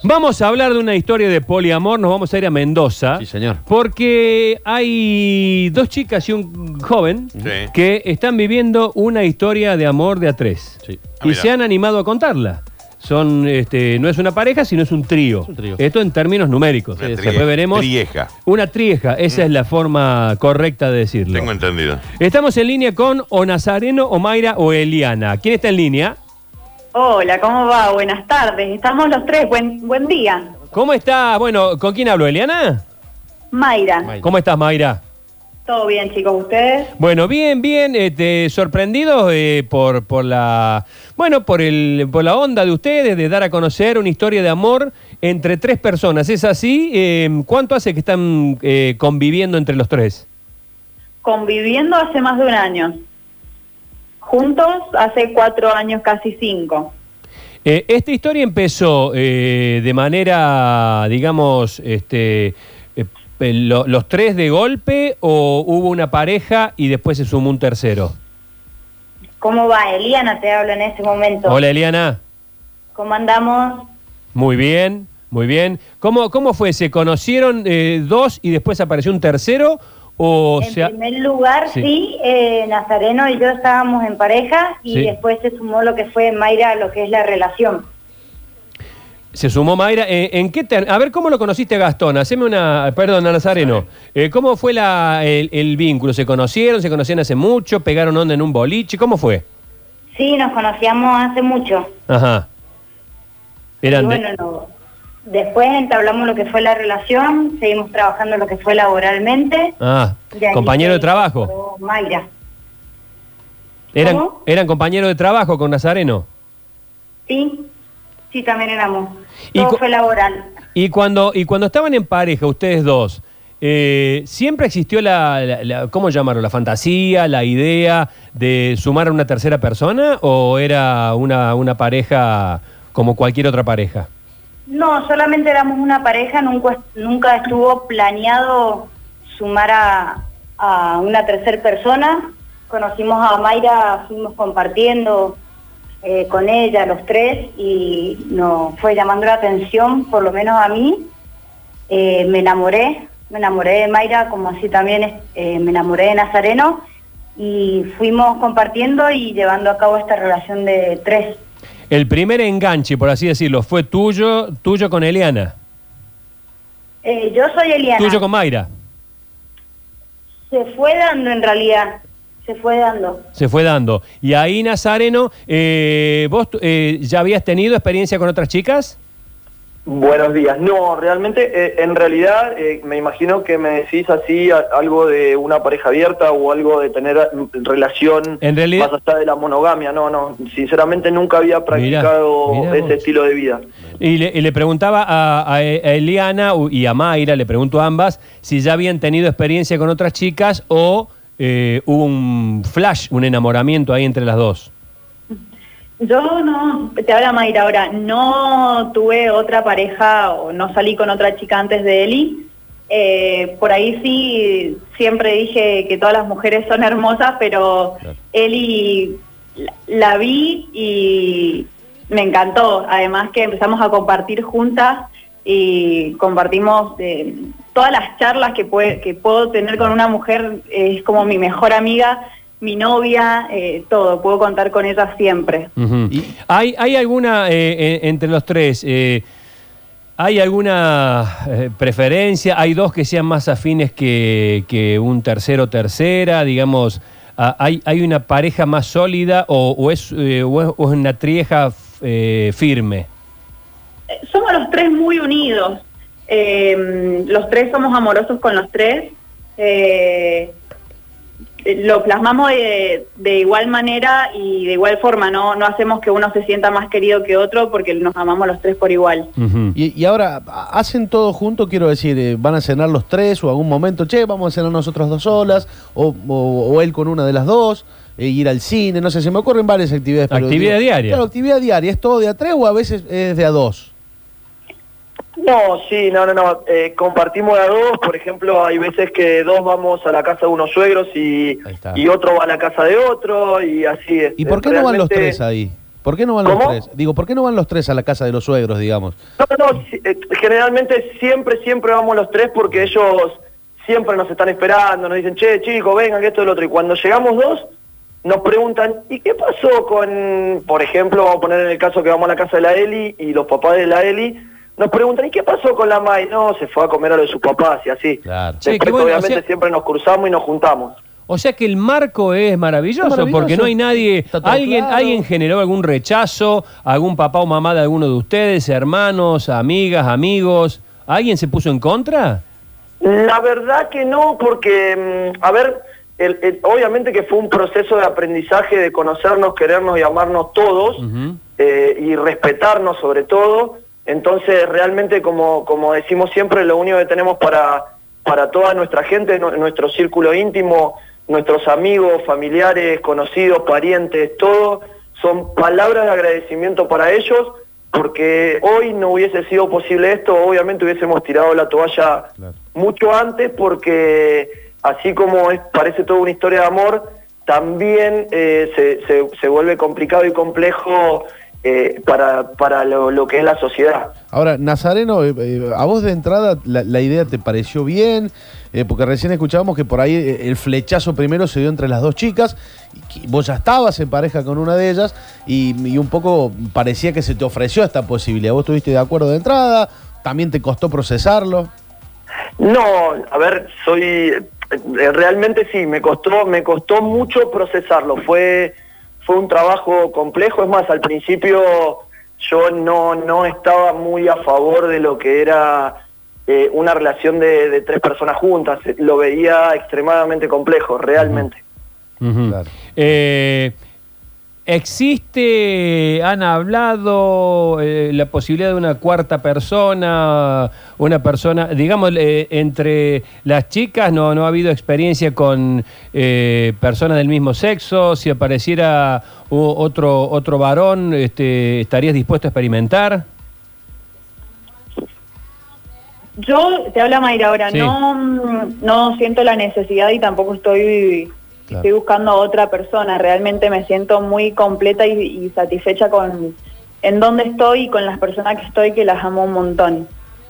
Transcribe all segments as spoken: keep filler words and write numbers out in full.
Vamos a hablar de una historia de poliamor, nos vamos a ir a Mendoza. Sí, señor. Porque hay dos chicas y un joven Sí. que están viviendo una historia de amor de a tres. Sí. Ah, Y mira. se han animado a contarla. Son, este, no es una pareja, sino es un trío. Es un trío. Esto en términos numéricos. Una Después trie- veremos. trieja. Una trieja, esa es la forma correcta de decirlo. Tengo entendido. Estamos en línea con o Nazareno, o Mayra, o Eliana. ¿Quién está en línea? Hola, ¿cómo va? Buenas tardes. Estamos los tres. Buen, buen día. ¿Cómo está? Bueno, ¿con quién hablo? ¿Eliana? Mayra. Mayra. ¿Cómo estás, Mayra? ¿Todo bien, chicos? ¿Ustedes? Bueno, bien, bien, este, sorprendidos eh, por, por la, bueno, por el, por la onda de ustedes de dar a conocer una historia de amor entre tres personas. ¿Es así? Eh, ¿Cuánto hace que están eh, conviviendo entre los tres? Conviviendo hace más de un año. Juntos hace cuatro años, casi cinco. Eh, esta historia empezó eh, de manera, digamos, este, eh, lo- los tres de golpe, o hubo una pareja y después se sumó un tercero. ¿Cómo va? Eliana te habla en este momento. Hola, Eliana. ¿Cómo andamos? Muy bien, muy bien. ¿Cómo, cómo fue? ¿Se conocieron eh, dos y después apareció un tercero? O en sea, primer lugar, sí. sí, eh, Nazareno y yo estábamos en pareja y Sí. después se sumó lo que fue Mayra a lo que es la relación. se sumó Mayra. Eh, ¿En qué ter- A ver, ¿cómo lo conociste a Gastón? Haceme una... Perdón, a Nazareno. Eh, ¿Cómo fue la, el, el vínculo? ¿Se conocieron? ¿Se conocían hace mucho? ¿Pegaron onda en un boliche? ¿Cómo fue? Sí, nos conocíamos hace mucho. Ajá. Y Eran de- bueno, no. Después entablamos lo que fue la relación, seguimos trabajando lo que fue laboralmente. Ah, Y ahí compañero de se trabajo. incorporó Mayra. Eran, ¿Cómo? eran compañeros de trabajo con Nazareno. Sí, sí, también éramos. Y Todo cu- fue laboral. Y cuando, y cuando estaban en pareja, ustedes dos, eh, ¿siempre existió la, la- la- ¿cómo llamarlo? ¿La fantasía, la idea de sumar a una tercera persona? ¿O era una, una pareja como cualquier otra pareja? No, solamente éramos una pareja, nunca, nunca estuvo planeado sumar a, a una tercera persona. Conocimos a Mayra, fuimos compartiendo eh, con ella los tres y nos fue llamando la atención, por lo menos a mí. Eh, me enamoré, me enamoré de Mayra, como así también eh, me enamoré de Nazareno y fuimos compartiendo y llevando a cabo esta relación de tres. El primer enganche, por así decirlo, fue tuyo, tuyo con Eliana, Eh, yo soy Eliana. tuyo con Mayra. Se fue dando en realidad, se fue dando. Se fue dando. Y ahí, Nazareno, eh, ¿vos eh, ya habías tenido experiencia con otras chicas? Buenos días. No, realmente, eh, en realidad, eh, me imagino que me decís así a- algo de una pareja abierta o algo de tener mm, relación En realidad- más allá de la monogamia. No, no, sinceramente nunca había practicado mirá ese vos. estilo de vida. Y le, y le preguntaba a, a- a Eliana u- y a Mayra, le pregunto a ambas, si ya habían tenido experiencia con otras chicas o eh, hubo un flash, un enamoramiento ahí entre las dos. Yo no, te habla Mayra ahora, no tuve otra pareja o no salí con otra chica antes de Eli. Eh, por ahí sí, siempre dije que todas las mujeres son hermosas, pero Claro. Eli la, la vi y me encantó. Además que empezamos a compartir juntas y compartimos eh, todas las charlas que, puede, que puedo tener con una mujer, es como mi mejor amiga, mi novia, eh, todo, puedo contar con ella siempre. Ujú. Y- ¿Hay, ¿Hay alguna, eh, eh, entre los tres, eh, hay alguna eh, preferencia? ¿Hay dos que sean más afines que, que un tercero tercera? Digamos, ah, ¿hay, hay una pareja más sólida o, o es, eh, o es, o es una trieja eh, firme? Eh, Somos los tres muy unidos, eh, los tres somos amorosos con los tres, eh, lo plasmamos de, de igual manera y de igual forma, no no hacemos que uno se sienta más querido que otro porque nos amamos los tres por igual. Ujú. Y, y ahora, ¿hacen todo junto? Quiero decir, eh, ¿van a cenar los tres o algún momento, che, vamos a cenar nosotros dos solas? O, o- o él con una de las dos, eh, ir al cine, no sé, se me ocurren varias actividades. pero Actividad digo, diaria. Claro, actividad diaria. ¿Es todo de a tres o a veces es de a dos? No, sí, no, no, no. Eh, compartimos a dos, por ejemplo, hay veces que dos vamos a la casa de unos suegros y, Ahí está. y otro va a la casa de otro y así es. ¿Y por qué no van los Realmente- tres ahí? ¿Por qué no van ¿Cómo? los tres? Digo, ¿por qué no van los tres a la casa de los suegros, digamos? No, no, si- eh, generalmente siempre, siempre vamos los tres porque ellos siempre nos están esperando, nos dicen, che, chicos, vengan, que esto y lo otro. Y cuando llegamos dos, nos preguntan, ¿y qué pasó con, por ejemplo, vamos a poner en el caso que vamos a la casa de la Eli y los papás de la Eli, nos preguntan, ¿y qué pasó con la May? No, se fue a comer a lo de sus papás y así. Claro. Sí, Después, qué bueno, obviamente, o sea- siempre nos cruzamos y nos juntamos. O sea que el marco es maravilloso, Es maravilloso. porque no hay nadie, Está todo alguien, claro. alguien generó algún rechazo, algún papá o mamá de alguno de ustedes, hermanos, amigas, amigos, ¿alguien se puso en contra? La verdad que no, porque, mm, a ver, el- el- obviamente que fue un proceso de aprendizaje, de conocernos, querernos y amarnos todos, Ujú. eh, y respetarnos sobre todo. Entonces, realmente, como, como decimos siempre, lo único que tenemos para, para toda nuestra gente, nu- nuestro círculo íntimo, nuestros amigos, familiares, conocidos, parientes, todo, son palabras de agradecimiento para ellos, porque hoy no hubiese sido posible esto, obviamente hubiésemos tirado la toalla Claro. mucho antes, porque así como es, parece toda una historia de amor, también eh, se, se, se vuelve complicado y complejo eh, para, para lo, lo que es la sociedad. Ahora, Nazareno, eh, eh, a vos de entrada la, la idea te pareció bien, eh, porque recién escuchábamos que por ahí eh, el flechazo primero se dio entre las dos chicas, y que vos ya estabas en pareja con una de ellas, y, y un poco parecía que se te ofreció esta posibilidad. ¿Vos estuviste de acuerdo de entrada? ¿También te costó procesarlo? No, a ver, soy eh, realmente sí, me costó, me costó mucho procesarlo. Fue, fue un trabajo complejo. Es más, al principio yo no, no estaba muy a favor de lo que era eh, una relación de, de tres personas juntas. Lo veía extremadamente complejo, realmente. Ujú. Claro. Eh, ¿Existe, han hablado eh, la posibilidad de una cuarta persona, una persona, digamos, eh, entre las chicas no, no ha habido experiencia con eh, personas del mismo sexo? Si apareciera u- otro, otro varón, este, ¿estarías dispuesto a experimentar? Yo, te habla Mayra ahora, Sí. no, mm, no siento la necesidad y tampoco estoy, Claro. estoy buscando a otra persona. Realmente me siento muy completa y, y satisfecha con en dónde estoy y con las personas que estoy, que las amo un montón.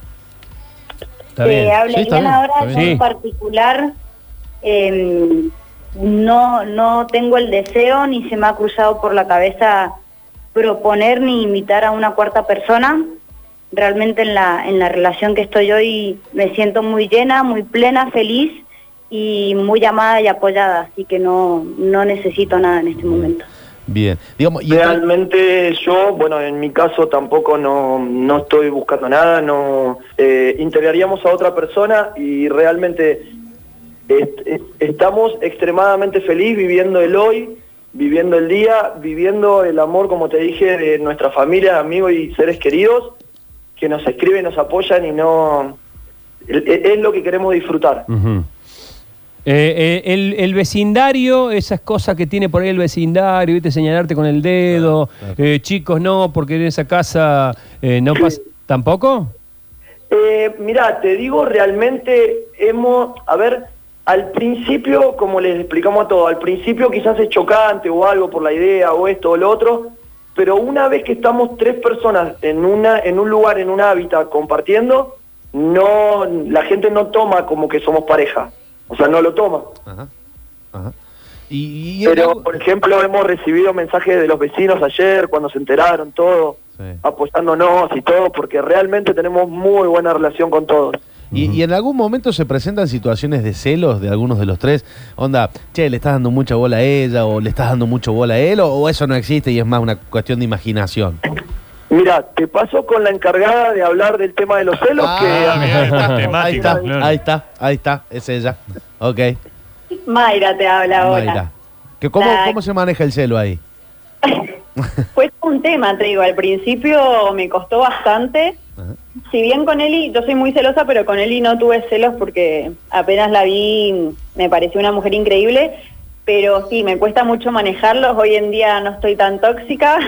Está Te bien. habla Sí, está Ivana bien, ahora, está yo bien. en particular eh, no, no tengo el deseo ni se me ha cruzado por la cabeza proponer ni invitar a una cuarta persona. Realmente en la, en la relación que estoy hoy me siento muy llena, muy plena, feliz y muy amada y apoyada, así que no, no necesito nada en este momento. Bien. Digamos, y entonces- Realmente yo, bueno, en mi caso tampoco no, no estoy buscando nada, no eh, integraríamos a otra persona y realmente est- est- estamos extremadamente feliz viviendo el hoy, viviendo el día, viviendo el amor, como te dije, de nuestra familia, amigos y seres queridos que nos escriben, nos apoyan y no... Es, es lo que queremos disfrutar. Ujú. Eh, eh, el, el vecindario, esas cosas que tiene por ahí el vecindario, ¿viste? Señalarte con el dedo, Claro, claro. eh, chicos no, porque en esa casa eh, no pasa... ¿Tampoco? Eh, mira, te digo, realmente hemos, a ver, al principio, como les explicamos a todos, al principio quizás es chocante o algo por la idea o esto o lo otro, pero una vez que estamos tres personas en una, en un lugar, en un hábitat compartiendo, no, la gente no toma como que somos pareja, o sea, no lo toma. Ajá, ajá. Y, y- Pero, por ejemplo, hemos recibido mensajes de los vecinos ayer cuando se enteraron, todo, Sí. apoyándonos y todo, porque realmente tenemos muy buena relación con todos. Y, y en algún momento se presentan situaciones de celos de algunos de los tres. Onda, che, le estás dando mucha bola a ella o le estás dando mucho bola a él, o, o eso no existe y es más una cuestión de imaginación. Mira, te paso con la encargada de hablar del tema de los celos, Ah, que bien, ahí está, temática, ahí está, claro. ahí está, ahí está, es ella. Ok, Mayra te habla ahora. Mayra. ¿Que cómo, La- ¿Cómo se maneja el celo ahí? Fue un tema, te digo, al principio me costó bastante. Ajá. Si bien con Eli, yo soy muy celosa, pero con Eli no tuve celos porque apenas la vi, me pareció una mujer increíble, pero sí, me cuesta mucho manejarlos. Hoy en día no estoy tan tóxica,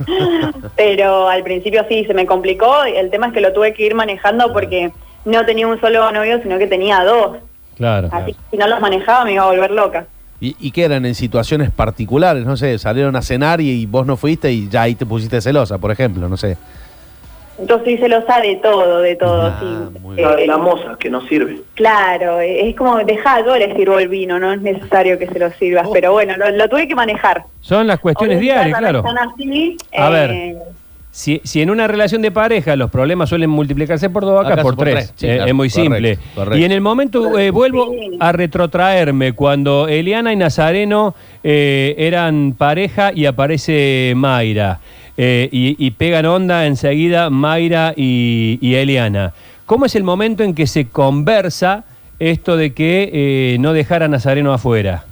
pero al principio sí, se me complicó. El tema es que lo tuve que ir manejando porque no tenía un solo novio, sino que tenía dos. Claro. Así que si no los manejaba me iba a volver loca. ¿Y, y qué eran en situaciones particulares? No sé, salieron a cenar y, y vos no fuiste y ya ahí te pusiste celosa, por ejemplo, no sé. Yo soy celosa de todo, de todo, Ah, sí. muy La, Eh, la moza, que nos sirve. Claro, es como, dejá, yo le sirvo el vino, no es necesario que se lo sirvas, Oh. pero bueno, lo, lo tuve que manejar. Son las cuestiones Hoy en día diarias, la claro. relación así, A eh, ver. Si, si en una relación de pareja los problemas suelen multiplicarse por dos, acá Acá por, por tres. tres, sí, Eh, claro, es muy correcto, simple. correcto. Y en el momento, eh, vuelvo Sí. a retrotraerme, cuando Eliana y Nazareno eh, eran pareja y aparece Mayra. Eh, y, y pegan onda enseguida Mayra y, y Eliana. ¿Cómo es el momento en que se conversa esto de que eh, no dejar a Nazareno afuera?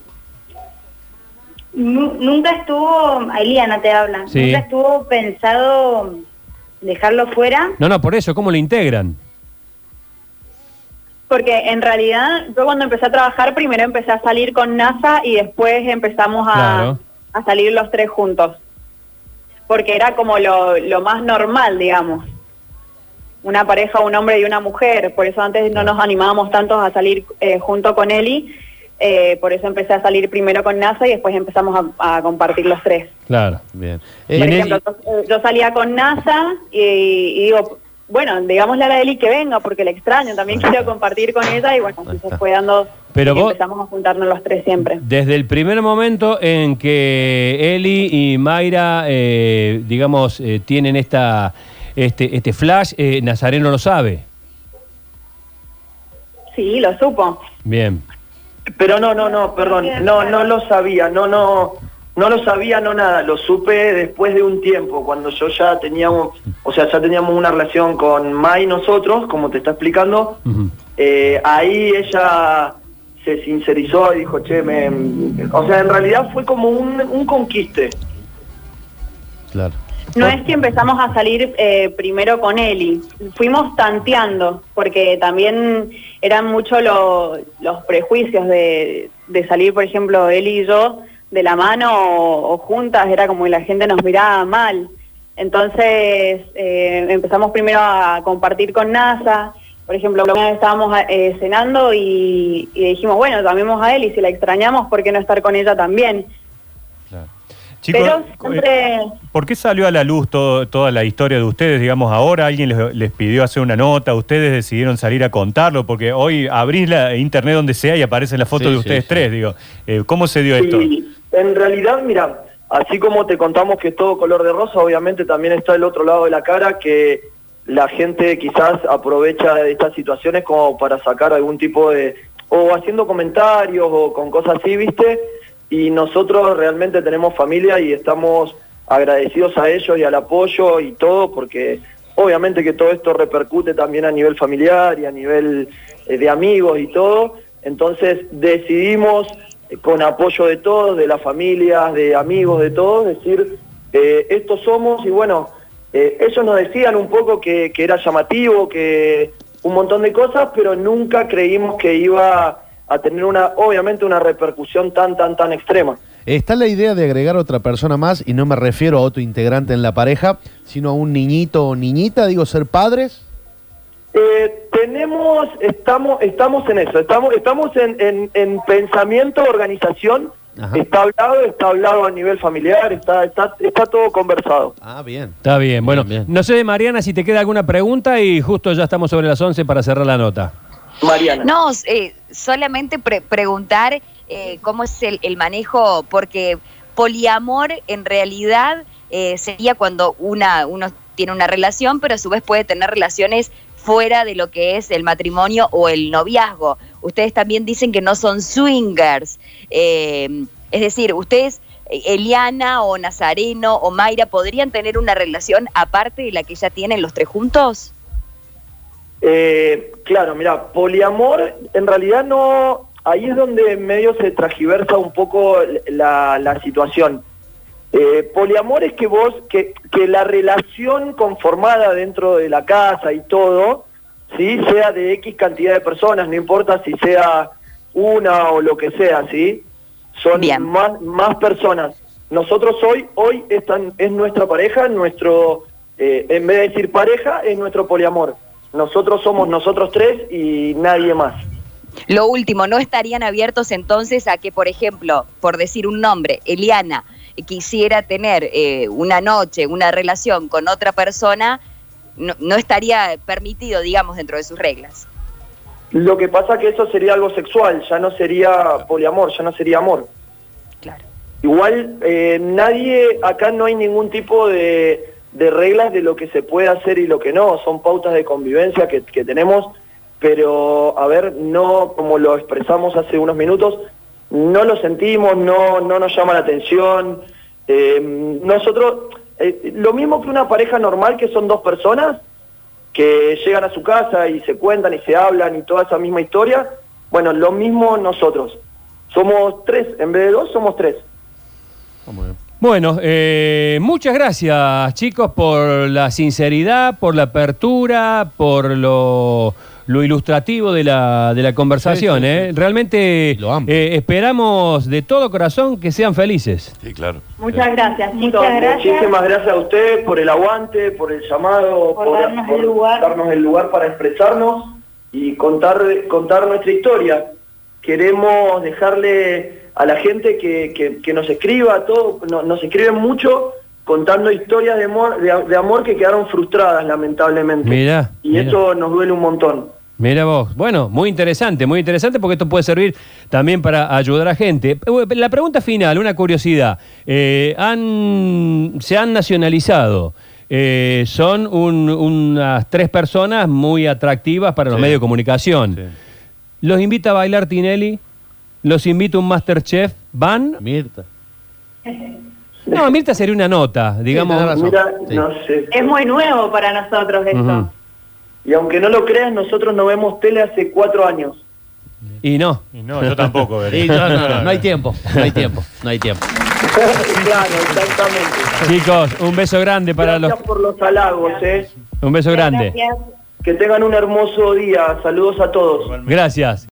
nu- nunca estuvo, Eliana te habla, Sí. nunca estuvo pensado dejarlo fuera, No, no, por eso, ¿cómo lo integran? porque en realidad yo cuando empecé a trabajar primero empecé a salir con NASA y después empezamos a, Claro. a salir los tres juntos, porque era como lo, lo más normal, digamos. Una pareja, un hombre y una mujer, por eso antes no nos animábamos tantos a salir eh, junto con Eli, eh, por eso empecé a salir primero con NASA y después empezamos a, a compartir los tres. Claro. Bien. Y Por en ejemplo, el- yo, yo salía con NASA y, y digo, bueno, digámosle a la Eli que venga porque la extraño, también Ahí quiero está. compartir con ella y bueno, Ahí así se está. fue dando Pero y vos- empezamos a juntarnos los tres siempre. Desde el primer momento en que Eli y Mayra, eh, digamos, eh, tienen esta, este, este flash, eh, Nazareno lo sabe. Sí, lo supo. Bien. Pero no, no, no, perdón, no, no lo sabía, no, no, no lo sabía, no nada, lo supe después de un tiempo, cuando yo ya teníamos, o sea, ya teníamos una relación con May nosotros, como te está explicando, Ujú. eh, ahí ella se sincerizó y dijo, che, me, o sea, en realidad fue como un, un conquiste. Claro. No es que empezamos a salir eh, primero con Eli, fuimos tanteando, porque también eran mucho lo- los prejuicios de, de salir, por ejemplo, Eli y yo de la mano o, o juntas, era como que la gente nos miraba mal. Entonces eh, empezamos primero a compartir con NASA, por ejemplo, una vez estábamos eh, cenando y, y dijimos, bueno, llamemos a Eli, si la extrañamos, ¿por qué no estar con ella también? Claro. Chicos, Pero eh, siempre... ¿por qué salió a la luz todo- toda la historia de ustedes? Digamos, ahora alguien les, les pidió hacer una nota, ustedes decidieron salir a contarlo, porque hoy abrís la internet donde sea y aparecen las fotos Sí, de sí, ustedes sí. tres, digo. Eh, ¿Cómo se dio esto? Sí, en realidad, mira, así como te contamos que es todo color de rosa, obviamente también está el otro lado de la cara, que la gente quizás aprovecha de estas situaciones como para sacar algún tipo de, o haciendo comentarios o con cosas así, ¿viste? Y nosotros realmente tenemos familia y estamos agradecidos a ellos y al apoyo y todo, porque obviamente que todo esto repercute también a nivel familiar y a nivel eh, de amigos y todo. Entonces decidimos, eh, con apoyo de todos, de las familias, de amigos, de todos, decir, eh, estos somos, y bueno, eh, ellos nos decían un poco que, que era llamativo, que un montón de cosas, pero nunca creímos que iba a tener una, obviamente, una repercusión tan, tan, tan extrema. Está la idea de agregar otra persona más, y no me refiero a otro integrante en la pareja, sino a un niñito o niñita, digo, ser padres. Eh, tenemos, estamos, estamos en eso, estamos, estamos en, en, en pensamiento, organización, Ajá. está hablado, está hablado a nivel familiar, está, está, está todo conversado. Ah, bien. Está bien. Bueno, Bien, bien. no sé, Mariana, si te queda alguna pregunta y justo ya estamos sobre las once para cerrar la nota. Mariana. No, eh, solamente pre- preguntar eh, cómo es el, el manejo, porque poliamor en realidad eh, sería cuando una uno tiene una relación, pero a su vez puede tener relaciones fuera de lo que es el matrimonio o el noviazgo. Ustedes también dicen que no son swingers, eh, es decir, ustedes, eh, Eliana o Nazareno o Mayra, ¿podrían tener una relación aparte de la que ya tienen los tres juntos? Eh, claro, mira, poliamor en realidad no, ahí es donde en medio se transgiversa un poco la, la situación. Eh, poliamor es que vos, que, que la relación conformada dentro de la casa y todo, ¿sí? Sea de X cantidad de personas, no importa si sea una o lo que sea, ¿sí? Son Bien. más, más personas. Nosotros hoy, hoy están, es nuestra pareja, nuestro, eh, en vez de decir pareja, es nuestro poliamor. Nosotros somos nosotros tres y nadie más. Lo último, ¿no estarían abiertos entonces a que, por ejemplo, por decir un nombre, Eliana, quisiera tener eh, una noche, una relación con otra persona, no, no estaría permitido, digamos, dentro de sus reglas? Lo que pasa que eso sería algo sexual, ya no sería poliamor, ya no sería amor. Claro. Igual, eh, nadie, acá no hay ningún tipo de, de reglas de lo que se puede hacer y lo que no, son pautas de convivencia que, que tenemos, pero, a ver, no, como lo expresamos hace unos minutos, no lo sentimos, no, no nos llama la atención. Eh, nosotros, eh, lo mismo que una pareja normal, que son dos personas, que llegan a su casa y se cuentan y se hablan y toda esa misma historia, bueno, lo mismo nosotros. Somos tres, en vez de dos, somos tres. Bueno, eh, muchas gracias, chicos, por la sinceridad, por la apertura, por lo, lo ilustrativo de la, de la conversación. Sí, sí, sí. ¿eh? Realmente eh, esperamos de todo corazón que sean felices. Sí, claro. Muchas gracias, chicos. Muchas gracias. Muchísimas gracias a ustedes por el aguante, por el llamado, por, por, darnos, por el lugar. darnos el lugar para expresarnos y contar, contar nuestra historia. Queremos dejarle a la gente que, que, que nos escriba, todo, no, nos escriben mucho contando historias de amor, de, de amor que quedaron frustradas, lamentablemente. Mirá, y mirá. eso nos duele un montón. Mira vos, bueno, muy interesante, muy interesante porque esto puede servir también para ayudar a gente. La pregunta final, una curiosidad, eh, han, se han nacionalizado, eh, son un, unas tres personas muy atractivas para los sí. medios de comunicación. Sí. ¿Los invita a bailar Tinelli? ¿Los invita a un Masterchef? ¿Van? Mirta. No, Mirta sería una nota, digamos. Sí, mira, sí. no sé. Es muy nuevo para nosotros esto. Uh-huh. Y aunque no lo creas, nosotros no vemos tele hace cuatro años. Y no. Y no, yo tampoco. Y no, no, no, no hay tiempo, no hay tiempo, no hay tiempo. Claro, exactamente. Chicos, un beso grande para Gracias los... por los halagos, ¿eh? Un beso grande. Gracias. Que tengan un hermoso día. Saludos a todos. Gracias.